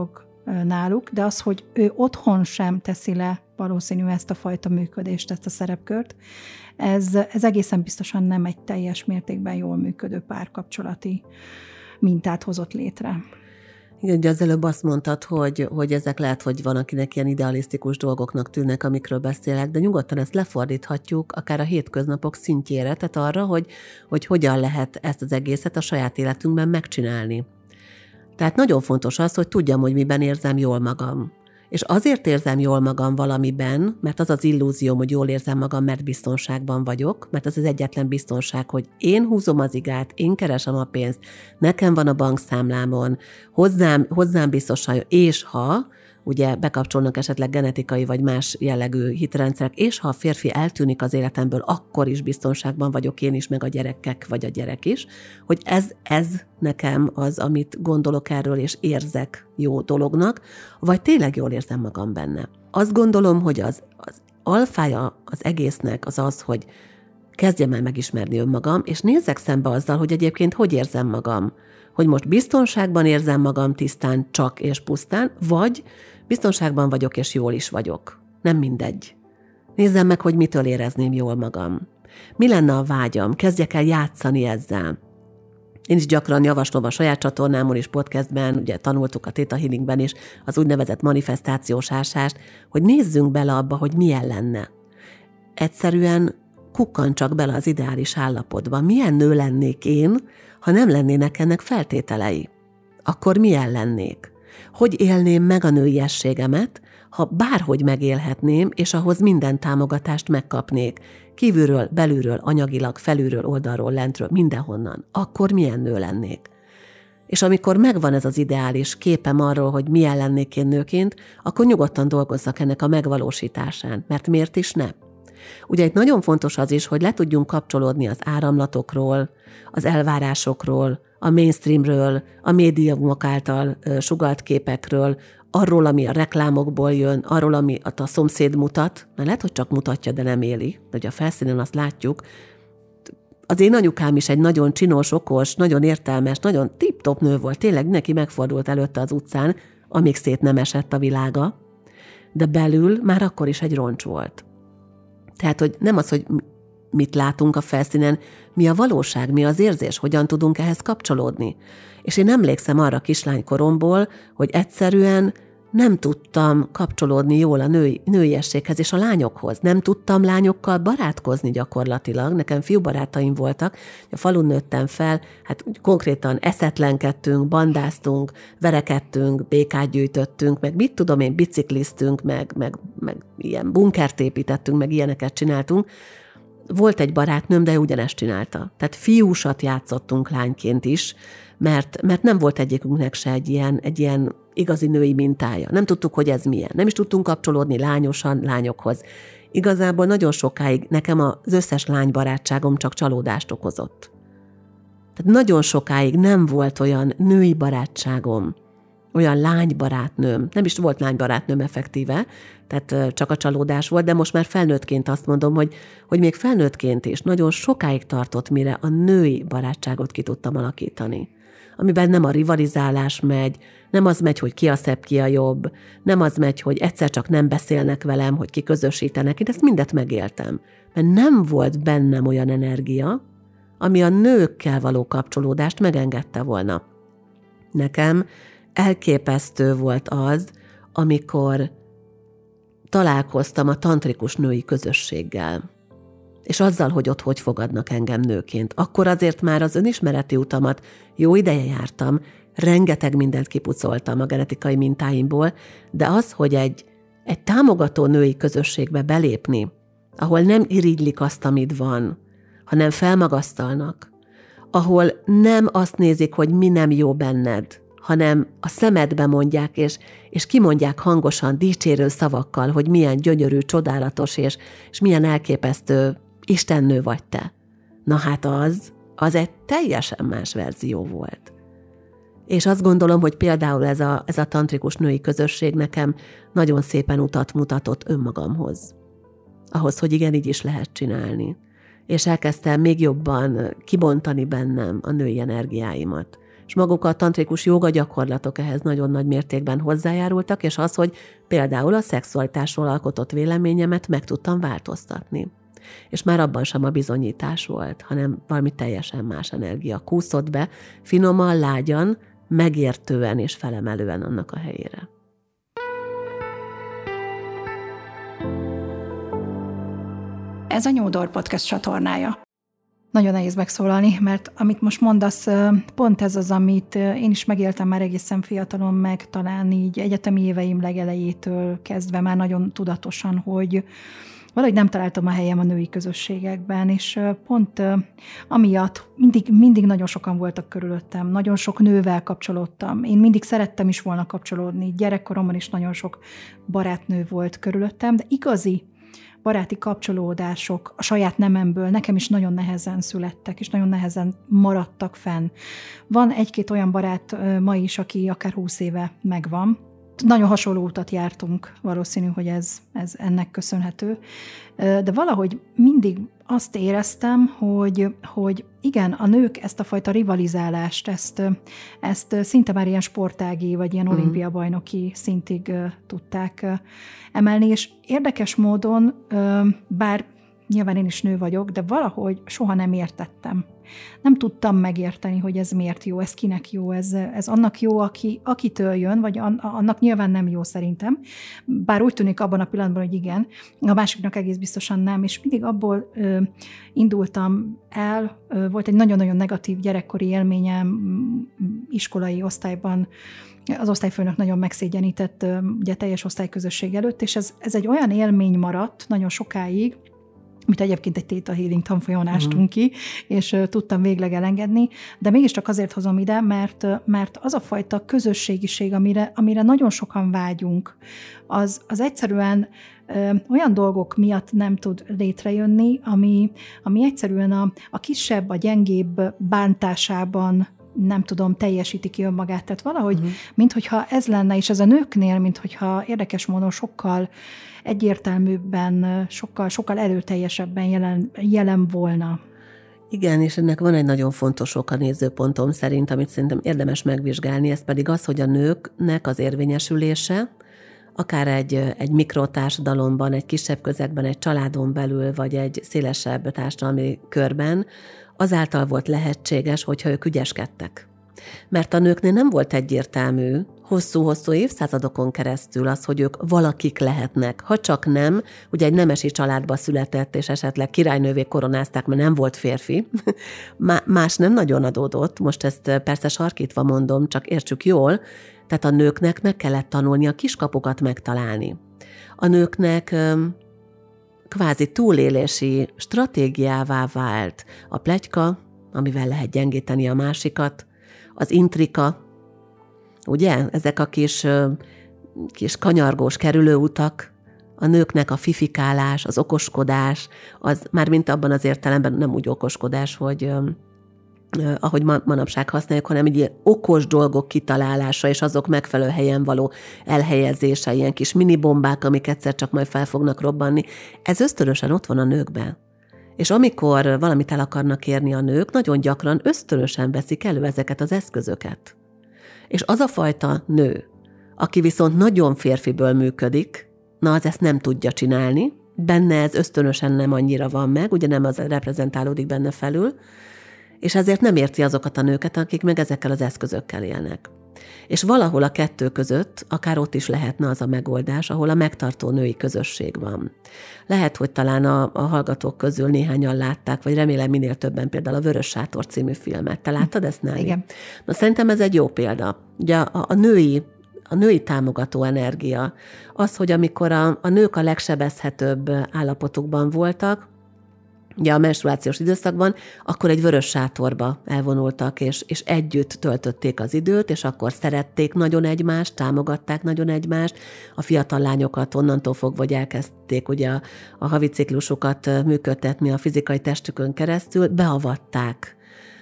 náluk, de az, hogy ő otthon sem teszi le valószínű ezt a fajta működést, ezt a szerepkört, ez, ez egészen biztosan nem egy teljes mértékben jól működő párkapcsolati mintát hozott létre. Igen, ugye az előbb azt mondtad, hogy, hogy ezek lehet, hogy van, akinek ilyen idealisztikus dolgoknak tűnnek, amikről beszélek, de nyugodtan ezt lefordíthatjuk akár a hétköznapok szintjére, tehát arra, hogy, hogy hogyan lehet ezt az egészet a saját életünkben megcsinálni. Tehát nagyon fontos az, hogy tudjam, hogy miben érzem jól magam. És azért érzem jól magam valamiben, mert az az illúzióm, hogy jól érzem magam, mert biztonságban vagyok, mert az az egyetlen biztonság, hogy én húzom az igát, én keresem a pénzt, nekem van a bankszámlámon, hozzám, hozzám biztosan, és ha ugye bekapcsolnak esetleg genetikai vagy más jellegű hitrendszerek, és ha a férfi eltűnik az életemből, akkor is biztonságban vagyok én is, meg a gyerekek, vagy a gyerek is, hogy ez, ez nekem az, amit gondolok erről, és érzek jó dolognak, vagy tényleg jól érzem magam benne. Azt gondolom, hogy az, az alfája az egésznek az az, hogy kezdjem el megismerni önmagam, és nézzek szembe azzal, hogy egyébként hogy érzem magam. Hogy most biztonságban érzem magam tisztán, csak és pusztán, vagy biztonságban vagyok, és jól is vagyok. Nem mindegy. Nézzem meg, hogy mitől érezném jól magam. Mi lenne a vágyam? Kezdjek el játszani ezzel. Én is gyakran javaslom a saját csatornámon és podcastben, ugye tanultuk a Theta Healingben is, az úgynevezett manifestációs ásást, hogy nézzünk bele abba, hogy milyen lenne. Egyszerűen kukkan csak bele az ideális állapotba. Milyen nő lennék én, ha nem lennének ennek feltételei? Akkor milyen lennék? Hogy élném meg a nőiességemet, ha bárhogy megélhetném, és ahhoz minden támogatást megkapnék, kívülről, belülről, anyagilag, felülről, oldalról, lentről, mindenhonnan, akkor milyen nő lennék? És amikor megvan ez az ideális képem arról, hogy milyen lennék én nőként, akkor nyugodtan dolgozzak ennek a megvalósításán, mert miért is ne? Ugye itt nagyon fontos az is, hogy le tudjunk kapcsolódni az áramlatokról, az elvárásokról, a mainstreamről, a médiumok által sugalt képekről, arról, ami a reklámokból jön, arról, ami a szomszéd mutat, mert lehet, hogy csak mutatja, de nem éli, de ugye a felszínen azt látjuk. Az én anyukám is egy nagyon csinos, okos, nagyon értelmes, nagyon tip-top nő volt, tényleg neki megfordult előtte az utcán, amíg szét nem esett a világa, de belül már akkor is egy roncs volt. Tehát, hogy nem az, hogy mit látunk a felszínen, mi a valóság, mi az érzés, hogyan tudunk ehhez kapcsolódni. És én emlékszem arra kislánykoromból, hogy egyszerűen nem tudtam kapcsolódni jól a női, nőiességhez és a lányokhoz. Nem tudtam lányokkal barátkozni gyakorlatilag. Nekem fiúbarátaim voltak, a falun nőttem fel, hát konkrétan eszetlenkedtünk, bandáztunk, verekedtünk, békát gyűjtöttünk, meg mit tudom én, bicikliztünk, meg, meg, meg ilyen bunkert építettünk, meg ilyeneket csináltunk. Volt egy barátnőm, de ő ugyanezt csinálta. Tehát fiúsat játszottunk lányként is, mert, mert nem volt egyikünknek se egy ilyen, egy ilyen igazi női mintája. Nem tudtuk, hogy ez milyen. Nem is tudtunk kapcsolódni lányosan lányokhoz. Igazából nagyon sokáig nekem az összes lánybarátságom csak csalódást okozott. Tehát nagyon sokáig nem volt olyan női barátságom, olyan lánybarátnőm. Nem is volt lánybarátnőm effektíve, tehát csak a csalódás volt, de most már felnőttként azt mondom, hogy, hogy még felnőttként is nagyon sokáig tartott, mire a női barátságot ki tudtam alakítani. Amiben nem a rivalizálás megy, nem az megy, hogy ki a szebb, ki a jobb, nem az megy, hogy egyszer csak nem beszélnek velem, hogy ki közösítenek. Én ezt mindet megéltem. Mert nem volt bennem olyan energia, ami a nőkkel való kapcsolódást megengedte volna. Nekem elképesztő volt az, amikor találkoztam a tantrikus női közösséggel, és azzal, hogy ott hogy fogadnak engem nőként. Akkor azért már az önismereti utamat jó ideje jártam, rengeteg mindent kipucoltam a genetikai mintáimból, de az, hogy egy, egy támogató női közösségbe belépni, ahol nem irigylik azt, amit van, hanem felmagasztalnak, ahol nem azt nézik, hogy mi nem jó benned, hanem a szemedbe mondják, és, és kimondják hangosan, dicsérő szavakkal, hogy milyen gyönyörű, csodálatos, és, és milyen elképesztő istennő vagy te. Na hát az, az egy teljesen más verzió volt. És azt gondolom, hogy például ez a, ez a tantrikus női közösség nekem nagyon szépen utat mutatott önmagamhoz. Ahhoz, hogy igen, így is lehet csinálni. És elkezdtem még jobban kibontani bennem a női energiáimat. és maguk a tantrikus jóga gyakorlatok ehhez nagyon nagy mértékben hozzájárultak, és az, hogy például a szexualitásról alkotott véleményemet meg tudtam változtatni. És már abban sem a bizonyítás volt, hanem valami teljesen más energia kúszott be, finoman, lágyan, megértően és felemelően annak a helyére. Ez a New Door Podcast csatornája. Nagyon nehéz megszólalni, mert amit most mondasz, pont ez az, amit én is megéltem már egészen fiatalon, meg talán így egyetemi éveim legelejétől kezdve már nagyon tudatosan, hogy valahogy nem találtam a helyem a női közösségekben, és pont amiatt mindig, mindig nagyon sokan voltak körülöttem, nagyon sok nővel kapcsolódtam. Én mindig szerettem is volna kapcsolódni, gyerekkoromban is nagyon sok barátnő volt körülöttem, de igazi baráti kapcsolódások a saját nememből nekem is nagyon nehezen születtek, és nagyon nehezen maradtak fenn. Van egy-két olyan barát ma is, aki akár húsz éve megvan. Nagyon hasonló utat jártunk, valószínű, hogy ez, ez ennek köszönhető. De valahogy mindig azt éreztem, hogy, hogy igen, a nők ezt a fajta rivalizálást, ezt, ezt szinte már ilyen sportági, vagy ilyen olimpiabajnoki szintig tudták emelni, és érdekes módon, bár nyilván én is nő vagyok, de valahogy soha nem értettem. Nem tudtam megérteni, hogy ez miért jó, ez kinek jó, ez, ez annak jó, aki, akitől jön, vagy annak nyilván nem jó szerintem. Bár úgy tűnik abban a pillanatban, hogy igen, a másiknak egész biztosan nem, és mindig abból ö, indultam el, ö, volt egy nagyon-nagyon negatív gyerekkori élményem iskolai osztályban, az osztályfőnök nagyon megszégyenített ugye teljes osztályközösség előtt, és ez, ez egy olyan élmény maradt nagyon sokáig, amit egyébként egy Theta Healing tanfolyamon ástunk ki, és uh, tudtam végleg elengedni, de mégiscsak azért hozom ide, mert, uh, mert az a fajta közösségiség, amire, amire nagyon sokan vágyunk, az, az egyszerűen uh, olyan dolgok miatt nem tud létrejönni, ami, ami egyszerűen a, a kisebb, a gyengébb bántásában nem tudom, teljesíti ki önmagát. Tehát valahogy, uh-huh. minthogyha ez lenne, és ez a nőknél, minthogyha érdekes módon sokkal egyértelműbben, sokkal, sokkal erőteljesebben jelen, jelen volna. Igen, és ennek van egy nagyon fontos oka nézőpontom szerint, amit szerintem érdemes megvizsgálni, ez pedig az, hogy a nőknek az érvényesülése, akár egy, egy mikrotársadalomban, egy kisebb közegben, egy családon belül, vagy egy szélesebb társadalmi körben, azáltal volt lehetséges, hogyha ők ügyeskedtek. Mert a nőknél nem volt egyértelmű, hosszú-hosszú évszázadokon keresztül az, hogy ők valakik lehetnek. Ha csak nem, ugye egy nemesi családba született, és esetleg királynővé koronázták, mert nem volt férfi. Más nem nagyon adódott, most ezt persze sarkítva mondom, csak értsük jól, tehát a nőknek meg kellett tanulni a kiskapukat megtalálni. A nőknek kvázi túlélési stratégiává vált a pletyka, amivel lehet gyengíteni a másikat, az intrika, ugye? Ezek a kis, kis kanyargós kerülőutak, a nőknek a fifikálás, az okoskodás, az már mint abban az értelemben nem úgy okoskodás, hogy ahogy manapság használjuk, hanem egy ilyen okos dolgok kitalálása, és azok megfelelő helyen való elhelyezése, ilyen kis minibombák, amik egyszer csak majd fel fognak robbanni. Ez ösztönösen ott van a nőkben. És amikor valamit el akarnak érni a nők, nagyon gyakran ösztönösen veszik elő ezeket az eszközöket. És az a fajta nő, aki viszont nagyon férfiből működik, na az ezt nem tudja csinálni, benne ez ösztönösen nem annyira van meg, ugye nem az reprezentálódik benne felül, és ezért nem érti azokat a nőket, akik meg ezekkel az eszközökkel élnek. És valahol a kettő között akár ott is lehetne az a megoldás, ahol a megtartó női közösség van. Lehet, hogy talán a, a hallgatók közül néhányan látták, vagy remélem minél többen például a Vörös Sátor című filmet. Te láttad ezt, Náli? Igen. Na, szerintem ez egy jó példa. Ugye a, a női A női támogató energia, az, hogy amikor a, a nők a legsebezhetőbb állapotukban voltak, ugye a menstruációs időszakban, akkor egy vörös sátorba elvonultak, és, és együtt töltötték az időt, és akkor szerették nagyon egymást, támogatták nagyon egymást. A fiatal lányokat onnantól fogva, hogy elkezdték ugye a, a havi ciklusukat működtetni a fizikai testükön keresztül, beavatták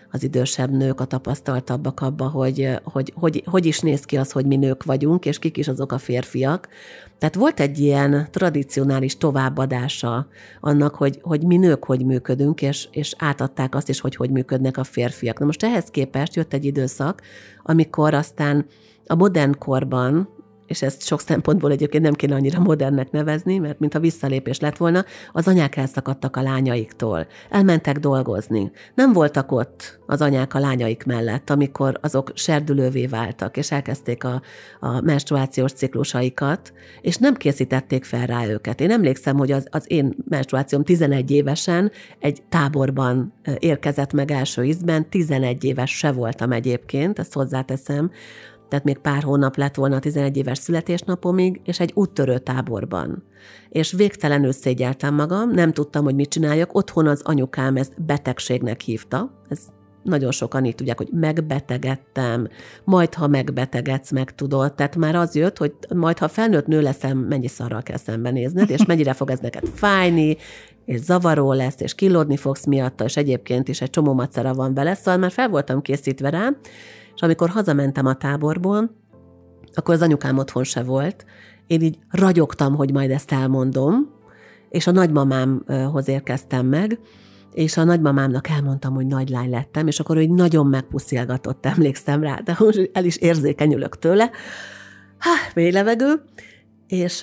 az idősebb nők, a tapasztaltabbak abba, hogy hogy, hogy hogy is néz ki az, hogy mi nők vagyunk, és kik is azok a férfiak. Tehát volt egy ilyen tradicionális továbbadása annak, hogy, hogy mi nők hogy működünk, és, és átadták azt is, hogy hogy működnek a férfiak. Na most ehhez képest jött egy időszak, amikor aztán a modern korban, és ezt sok szempontból egyébként nem kéne annyira modernnek nevezni, mert mintha visszalépés lett volna, az anyák elszakadtak a lányaiktól. Elmentek dolgozni. Nem voltak ott az anyák a lányaik mellett, amikor azok serdülővé váltak, és elkezdték a, a menstruációs ciklusaikat, és nem készítették fel rá őket. Én emlékszem, hogy az, az én menstruációm tizenegy évesen egy táborban érkezett meg első ízben, tizenegy éves se voltam egyébként, ezt hozzáteszem, tehát még pár hónap lett volna a tizenegy éves születésnapomig, és egy úttörő táborban. És végtelenül szégyeltem magam, nem tudtam, hogy mit csináljak. Otthon az anyukám ezt betegségnek hívta. Ez nagyon sokan így tudják, hogy megbetegedtem, majd ha megbetegedsz, megtudod. Tehát már az jött, hogy majd ha felnőtt nő leszem, mennyi szarral kell szembenézned, és mennyire fog ez neked fájni, és zavaró lesz, és kilódni fogsz miatta, és egyébként is egy csomó macera van vele, szóval már fel voltam készítve rá, és amikor hazamentem a táborból, akkor az anyukám otthon se volt. Én így ragyogtam, hogy majd ezt elmondom, és a nagymamámhoz érkeztem meg, és a nagymamámnak elmondtam, hogy nagy lány lettem, és akkor ő így nagyon megpuszilgatott, emlékszem rá, de most el is érzékenyülök tőle. Há, mély levegő, és,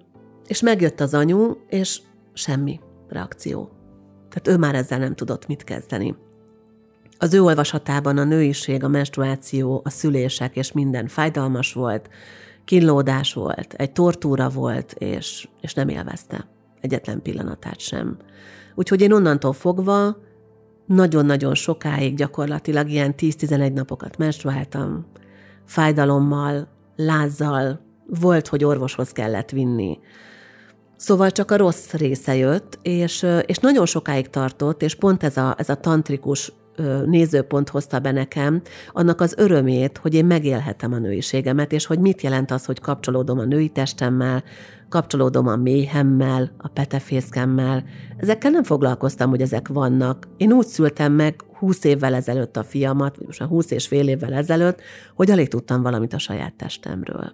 és megjött az anyu, és semmi reakció. Tehát ő már ezzel nem tudott mit kezdeni. Az ő olvasatában a nőiség, a menstruáció, a szülések és minden fájdalmas volt, kínlódás volt, egy tortúra volt, és, és nem élvezte egyetlen pillanatát sem. Úgyhogy én onnantól fogva nagyon-nagyon sokáig gyakorlatilag ilyen tíz-tizenegy napokat menstruáltam, fájdalommal, lázzal, volt, hogy orvoshoz kellett vinni. Szóval csak a rossz része jött, és, és nagyon sokáig tartott, és pont ez a, ez a tantrikus nézőpont hozta be nekem annak az örömét, hogy én megélhetem a nőiségemet, és hogy mit jelent az, hogy kapcsolódom a női testemmel, kapcsolódom a méhemmel, a petefészkemmel. Ezekkel nem foglalkoztam, hogy ezek vannak. Én úgy szültem meg húsz évvel ezelőtt a fiamat, vagy most már húsz és fél évvel ezelőtt, hogy alig tudtam valamit a saját testemről.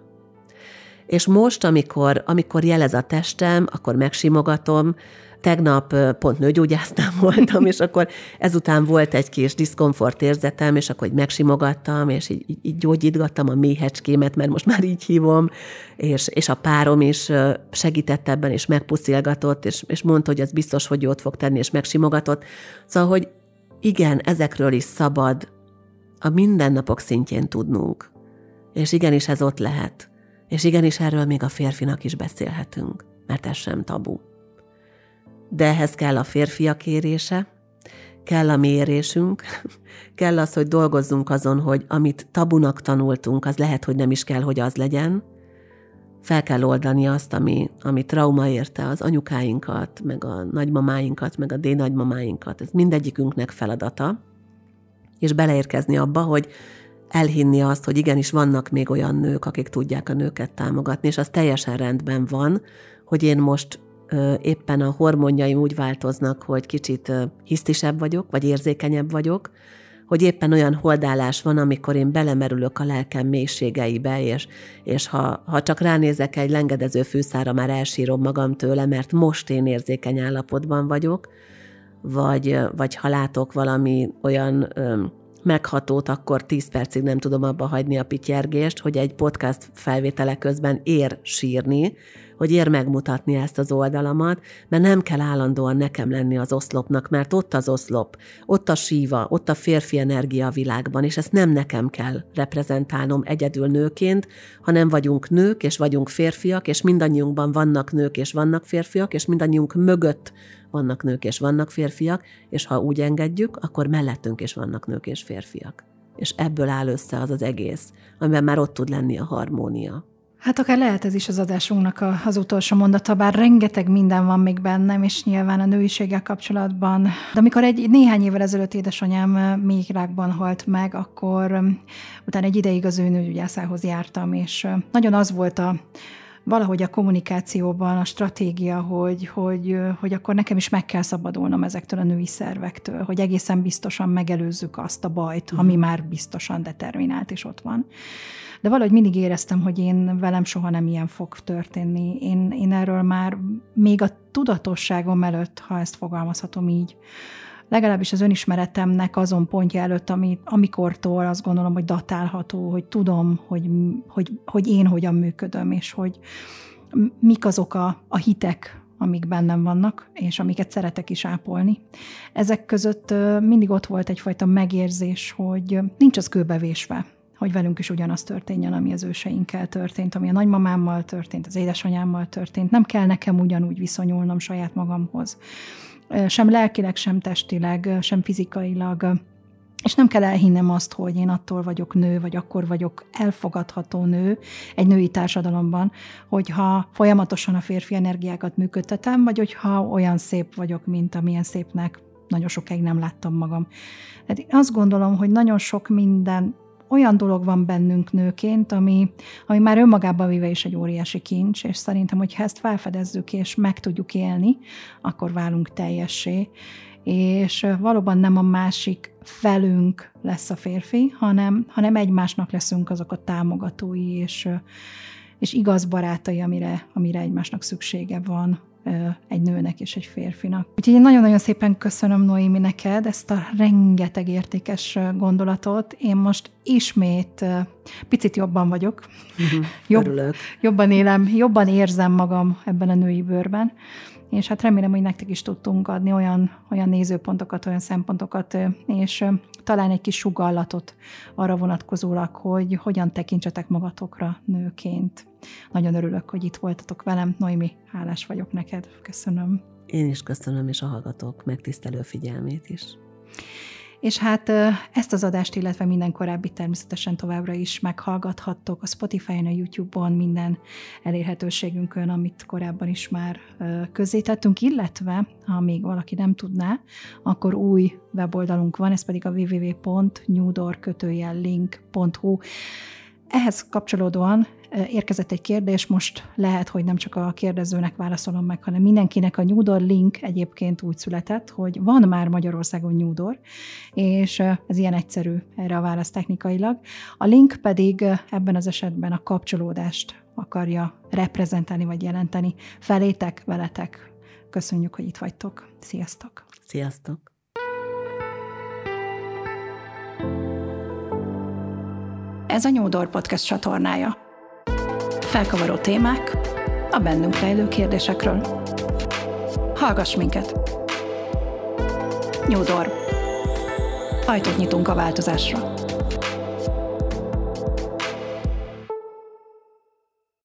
És most, amikor, amikor jelez a testem, akkor megsimogatom. Tegnap pont nőgyógyásznál voltam, és akkor ezután volt egy kis diszkomfort érzetem, és akkor megsimogattam, és így, így, így gyógyítgattam a méhecskémet, mert most már így hívom, és, és a párom is segített ebben, és megpuszilgatott, és, és mondta, hogy az biztos, hogy jót fog tenni, és megsimogatott. Szóval, hogy igen, ezekről is szabad a mindennapok szintjén tudnunk. És igenis ez ott lehet. És igenis erről még a férfinak is beszélhetünk, mert ez sem tabu. De ehhez kell a férfiak kérése, kell a mérésünk, kell az, hogy dolgozzunk azon, hogy amit tabunak tanultunk, az lehet, hogy nem is kell, hogy az legyen. Fel kell oldani azt, ami, ami trauma érte az anyukáinkat, meg a nagymamáinkat, meg a dénagymamáinkat. Ez mindegyikünknek feladata. És beleérkezni abba, hogy elhinni azt, hogy igenis vannak még olyan nők, akik tudják a nőket támogatni, és az teljesen rendben van, hogy én most éppen a hormonjaim úgy változnak, hogy kicsit hisztisebb vagyok, vagy érzékenyebb vagyok, hogy éppen olyan holdálás van, amikor én belemerülök a lelkem mélységeibe, és, és ha, ha csak ránézek egy lengedező fűszára, már elsírom magam tőle, mert most én érzékeny állapotban vagyok, vagy, vagy ha látok valami olyan ö, meghatót, akkor tíz percig nem tudom abba hagyni a pityergést, hogy egy podcast felvétele közben ér sírni, hogy ér megmutatni ezt az oldalamat, mert nem kell állandóan nekem lenni az oszlopnak, mert ott az oszlop, ott a síva, ott a férfi energia a világban, és ezt nem nekem kell reprezentálnom egyedül nőként, hanem vagyunk nők, és vagyunk férfiak, és mindannyiunkban vannak nők, és vannak férfiak, és mindannyiunk mögött vannak nők, és vannak férfiak, és ha úgy engedjük, akkor mellettünk is vannak nők és férfiak. És ebből áll össze az az egész, amiben már ott tud lenni a harmónia. Hát akár lehet ez is az adásunknak az utolsó mondata, bár rengeteg minden van még bennem, és nyilván a nőiséggel kapcsolatban. De amikor egy néhány évvel ezelőtt édesanyám méhrákban halt meg, akkor utána egy ideig az ő nőgyógyászához jártam, és nagyon az volt a valahogy a kommunikációban a stratégia, hogy, hogy, hogy akkor nekem is meg kell szabadulnom ezektől a női szervektől, hogy egészen biztosan megelőzzük azt a bajt, ami már biztosan determinált és ott van. De valahogy mindig éreztem, hogy én velem soha nem ilyen fog történni. Én, én erről már még a tudatosságom előtt, ha ezt fogalmazhatom így, legalábbis az önismeretemnek azon pontja előtt, ami, amikortól azt gondolom, hogy datálható, hogy tudom, hogy, hogy, hogy én hogyan működöm, és hogy mik azok a, a hitek, amik bennem vannak, és amiket szeretek is ápolni. Ezek között mindig ott volt egyfajta megérzés, hogy nincs az kőbevésve, hogy velünk is ugyanaz történjen, ami az őseinkkel történt, ami a nagymamámmal történt, az édesanyámmal történt. Nem kell nekem ugyanúgy viszonyulnom saját magamhoz. Sem lelkileg, sem testileg, sem fizikailag. És nem kell elhinnem azt, hogy én attól vagyok nő, vagy akkor vagyok elfogadható nő egy női társadalomban, hogyha folyamatosan a férfi energiákat működtetem, vagy hogyha olyan szép vagyok, mint amilyen szépnek nagyon sokáig nem láttam magam. Hát azt gondolom, hogy nagyon sok minden olyan dolog van bennünk nőként, ami, ami már önmagában véve is egy óriási kincs, és szerintem, hogyha ezt felfedezzük és meg tudjuk élni, akkor válunk teljessé, és valóban nem a másik felünk lesz a férfi, hanem, hanem egymásnak leszünk azok a támogatói, és, és igaz barátai, amire, amire egymásnak szüksége van egy nőnek és egy férfinak. Úgyhogy én nagyon-nagyon szépen köszönöm, Noémi, neked ezt a rengeteg értékes gondolatot. Én most ismét picit jobban vagyok. Uh-huh. Jobb, Örülök. jobban élem, jobban érzem magam ebben a női bőrben. És hát remélem, hogy nektek is tudtunk adni olyan, olyan nézőpontokat, olyan szempontokat, és talán egy kis sugallatot arra vonatkozólag, hogy hogyan tekintsetek magatokra nőként. Nagyon örülök, hogy itt voltatok velem. Noémi, hálás vagyok neked. Köszönöm. Én is köszönöm, és a hallgatók megtisztelő figyelmét is. És hát ezt az adást, illetve minden korábbi természetesen továbbra is meghallgathattok a Spotify-on, a YouTube-on, minden elérhetőségünkön, amit korábban is már közzétettünk, illetve, ha még valaki nem tudná, akkor új weboldalunk van, ez pedig a double-u double-u double-u pont newdoor kötőjel link pont hu. Ehhez kapcsolódóan érkezett egy kérdés, most lehet, hogy nem csak a kérdezőnek válaszolom meg, hanem mindenkinek. A New Door link egyébként úgy született, hogy van már Magyarországon New Door, és ez ilyen egyszerű erre a válasz technikailag. A link pedig ebben az esetben a kapcsolódást akarja reprezentálni vagy jelenteni. Felétek, veletek. Köszönjük, hogy itt vagytok. Sziasztok! Sziasztok! Ez a New Door Podcast csatornája. Felkavaró témák a bennünk rejlő kérdésekről. Hallgass minket! New Door. Ajtót nyitunk a változásra.